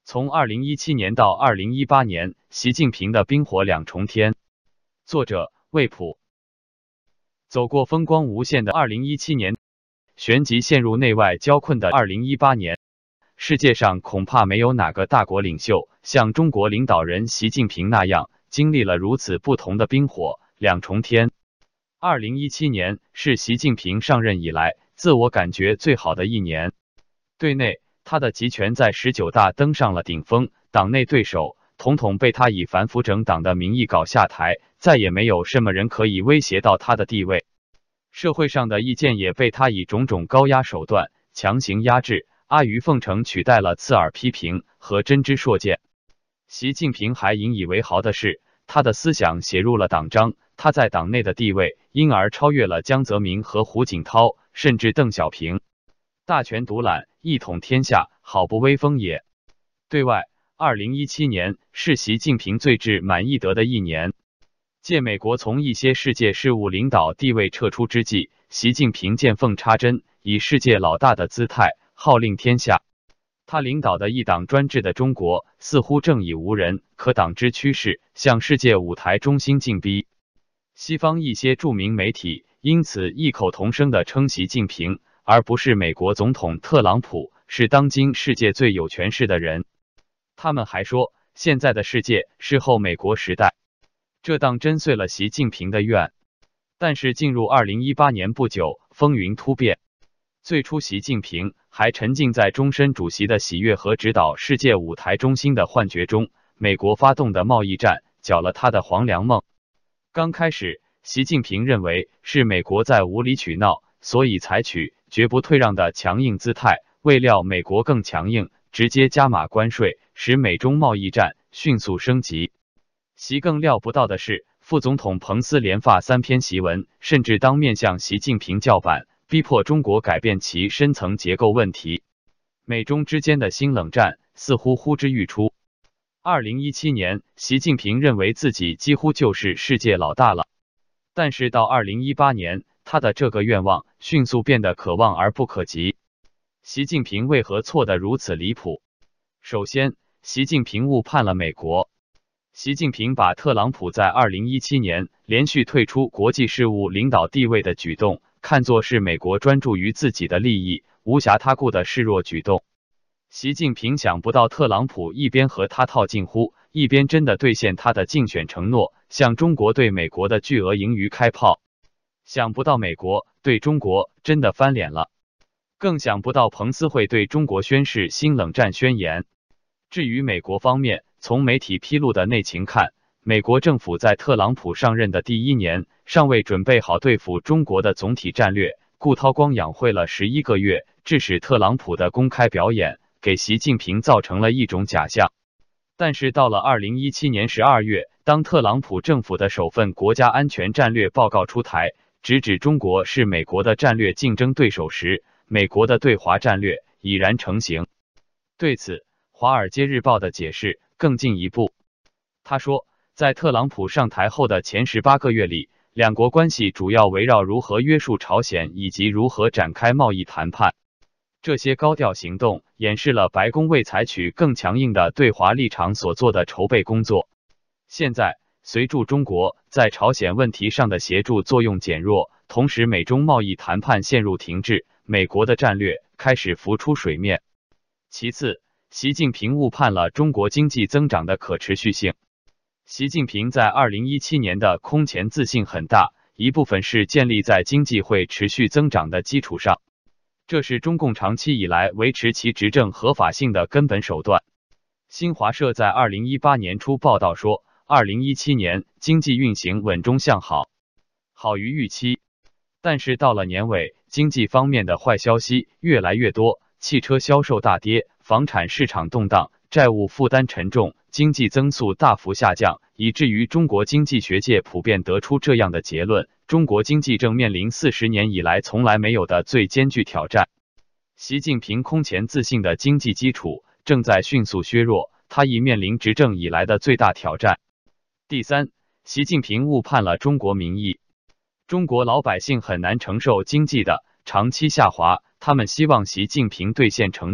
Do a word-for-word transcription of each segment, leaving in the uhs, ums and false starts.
从二零一七年到二零一八年，习近平的冰火两重天。作者：魏普。走过风光无限的二零一七年，旋即陷入内外交困的二零一八年，世界上恐怕没有哪个大国领袖像中国领导人习近平那样，经历了如此不同的冰火两重天。二零一七年是习近平上任以来自我感觉最好的一年。对内，他的集权在十九大登上了顶峰，党内对手统统被他以反腐整党的名义搞下台，再也没有什么人可以威胁到他的地位。社会上的意见也被他以种种高压手段强行压制，阿谀奉承取代了刺耳批评和真知灼见。习近平还引以为豪的是，他的思想写入了党章，他在党内的地位因而超越了江泽民和胡锦涛，甚至邓小平。大权独揽，一统天下，好不威风也。对外，二零一七年是习近平最志满意得的一年。借美国从一些世界事务领导地位撤出之际，习近平见缝插针，以世界老大的姿态号令天下。他领导的一党专制的中国似乎正以无人可挡之趋势向世界舞台中心进逼。西方一些著名媒体因此异口同声地称习近平，而不是美国总统特朗普，是当今世界最有权势的人。他们还说，现在的世界是后美国时代，这当真遂了习近平的愿。但是进入二零一八年不久，风云突变。最初习近平还沉浸在终身主席的喜悦和指导世界舞台中心的幻觉中，美国发动的贸易战搅了他的黄粱梦。刚开始，习近平认为是美国在无理取闹，所以采取绝不退让的强硬姿态，未料美国更强硬，直接加码关税，使美中贸易战迅速升级。习更料不到的是，副总统彭斯连发三篇檄文，甚至当面向习近平叫板，逼迫中国改变其深层结构问题。美中之间的新冷战似乎呼之欲出。二零一七年，习近平认为自己几乎就是世界老大了。但是到二零一八年，他的这个愿望迅速变得可望而不可及。习近平为何错得如此离谱？首先，习近平误判了美国。习近平把特朗普在二零一七年连续退出国际事务领导地位的举动，看作是美国专注于自己的利益，无暇他顾的示弱举动。习近平想不到特朗普一边和他套近乎，一边真的兑现他的竞选承诺，向中国对美国的巨额盈余开炮。想不到美国对中国真的翻脸了，更想不到彭斯会对中国宣示新冷战宣言。至于美国方面，从媒体披露的内情看，美国政府在特朗普上任的第一年，尚未准备好对付中国的总体战略，故韬光养晦了十一个月，致使特朗普的公开表演给习近平造成了一种假象。但是到了二零一七年十二月，当特朗普政府的首份国家安全战略报告出台，直指中国是美国的战略竞争对手时，美国的对华战略已然成型。对此，《华尔街日报》的解释更进一步。他说，在特朗普上台后的前十八个月里，两国关系主要围绕如何约束朝鲜以及如何展开贸易谈判。这些高调行动掩饰了白宫为采取更强硬的对华立场所做的筹备工作。现在，随着中国在朝鲜问题上的协助作用减弱，同时美中贸易谈判陷入停滞，美国的战略开始浮出水面。其次，习近平误判了中国经济增长的可持续性。习近平在二零一七年的空前自信很大，一部分是建立在经济会持续增长的基础上，这是中共长期以来维持其执政合法性的根本手段。新华社在二零一八年初报道说，二零一七年经济运行稳中向好，好于预期。但是到了年尾，经济方面的坏消息越来越多，汽车销售大跌，房产市场动荡，债务负担沉重，经济增速大幅下降，以至于中国经济学界普遍得出这样的结论：中国经济正面临四十年以来从来没有的最艰巨挑战。习近平空前自信的经济基础正在迅速削弱，他已面临执政以来的最大挑战。第三，习近平误判了中国民意。中国老百姓很难承受经济的长期下滑，他们希望习近平兑现承诺，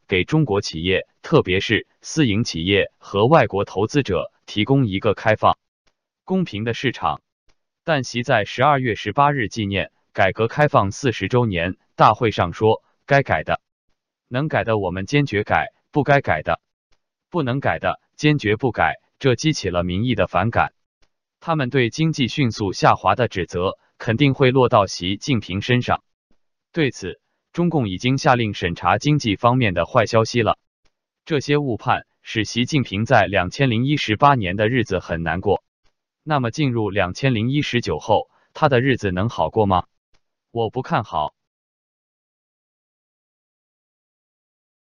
给中国企业，特别是私营企业和外国投资者提供一个开放、公平的市场。但习在十二月十八日纪念改革开放四十周年大会上说，该改的、能改的我们坚决改，不该改的、不能改的坚决不改，这激起了民意的反感。他们对经济迅速下滑的指责肯定会落到习近平身上。对此，中共已经下令审查经济方面的坏消息了。这些误判使习近平在两千零十八年的日子很难过。那么进入两千零十九后，他的日子能好过吗？我不看好。